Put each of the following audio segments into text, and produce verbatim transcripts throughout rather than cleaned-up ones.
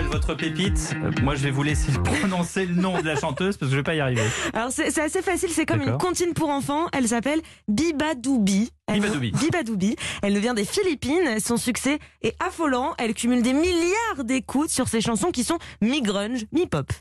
votre pépite. Euh, moi, je vais vous laisser prononcer le nom de la chanteuse parce que je vais pas y arriver. Alors c'est c'est assez facile, c'est comme D'accord. une comptine pour enfants. Elle s'appelle Bibadoubi. Elle- Bibadoubi. Bibadoubi. Elle nous vient des Philippines. Son succès est affolant. Elle cumule des milliards d'écoutes sur ses chansons qui sont mi-grunge, mi-pop.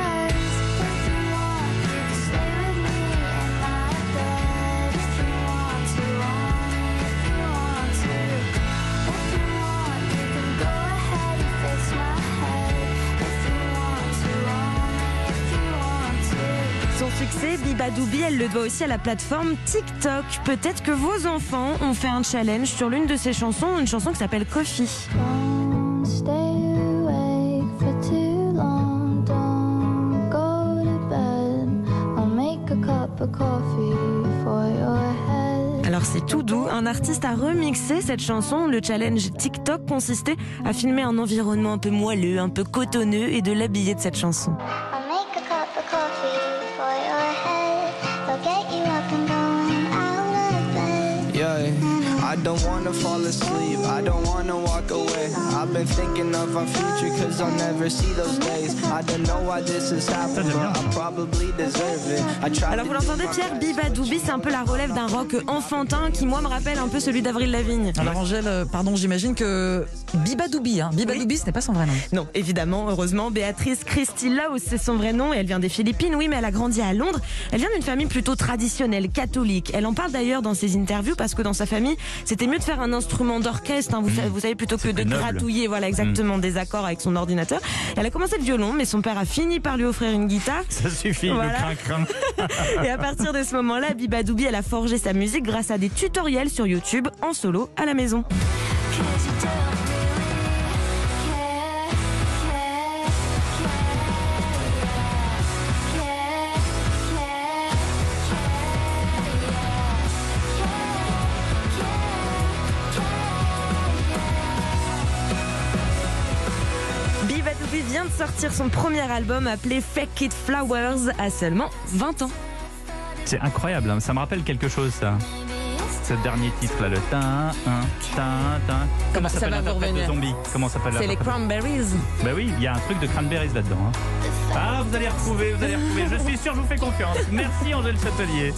Son succès, Bibadoubi, elle le doit aussi à la plateforme TikTok. Peut-être que vos enfants ont fait un challenge sur l'une de ses chansons, une chanson qui s'appelle Coffee. Don't stay awake for too long. Don't go to bed. I'll make a cup of coffee for your head. Alors c'est tout doux, un artiste a remixé cette chanson. Le challenge TikTok consistait à filmer un environnement un peu moelleux, un peu cotonneux et de l'habiller de cette chanson. I'll make a cup of coffee for your head. I'll get you up and going out of bed. Yeah, I don't wanna fall asleep, I don't wanna walk away. I've been thinking of our future cause I'll never see those days. I don't know why this has happened, but I probably deserve it. I tried Alors vous l'entendez Pierre, Bibadoubi, c'est un peu la relève d'un rock enfantin qui moi me rappelle un peu celui d'Avril Lavigne. Alors Angèle, euh, pardon, j'imagine que Bibadoubi, hein. Bibadoubi, ce n'est pas son vrai nom. Non, évidemment, heureusement, Béatrice Christy Laus, c'est son vrai nom et elle vient des Philippines, oui, mais elle a grandi à Londres. Elle vient d'une famille plutôt traditionnelle, catholique. Elle en parle d'ailleurs dans ses interviews parce que dans sa famille, c'était mieux de faire un instrument d'orchestre, hein, vous, savez, vous savez, plutôt que de plus noble. gratouiller, voilà, exactement, des accords avec son ordinateur. Elle a commencé le violon, mais son père a fini par lui offrir une guitare. Ça suffit, Voilà. le crin-crin. Et à partir de ce moment-là, Bibadoubi, elle a forgé sa musique grâce à des tutoriels sur YouTube en solo à la maison. Bibadoubi vient de sortir son premier album appelé Fake It Flowers à seulement vingt ans. C'est incroyable, hein. Ça me rappelle quelque chose, ça. Ce dernier titre là, le tin, un, tin, tin. Comment Ça s'appelle va vous l'interprète de revenir. Zombie? Comment s'appelle C'est les l'interprète? Cranberries. Bah oui, il y a un truc de cranberries là-dedans. Hein. Ah, vous allez retrouver, vous allez retrouver. Je suis sûr, je vous fais confiance. Merci Angèle Châtelier.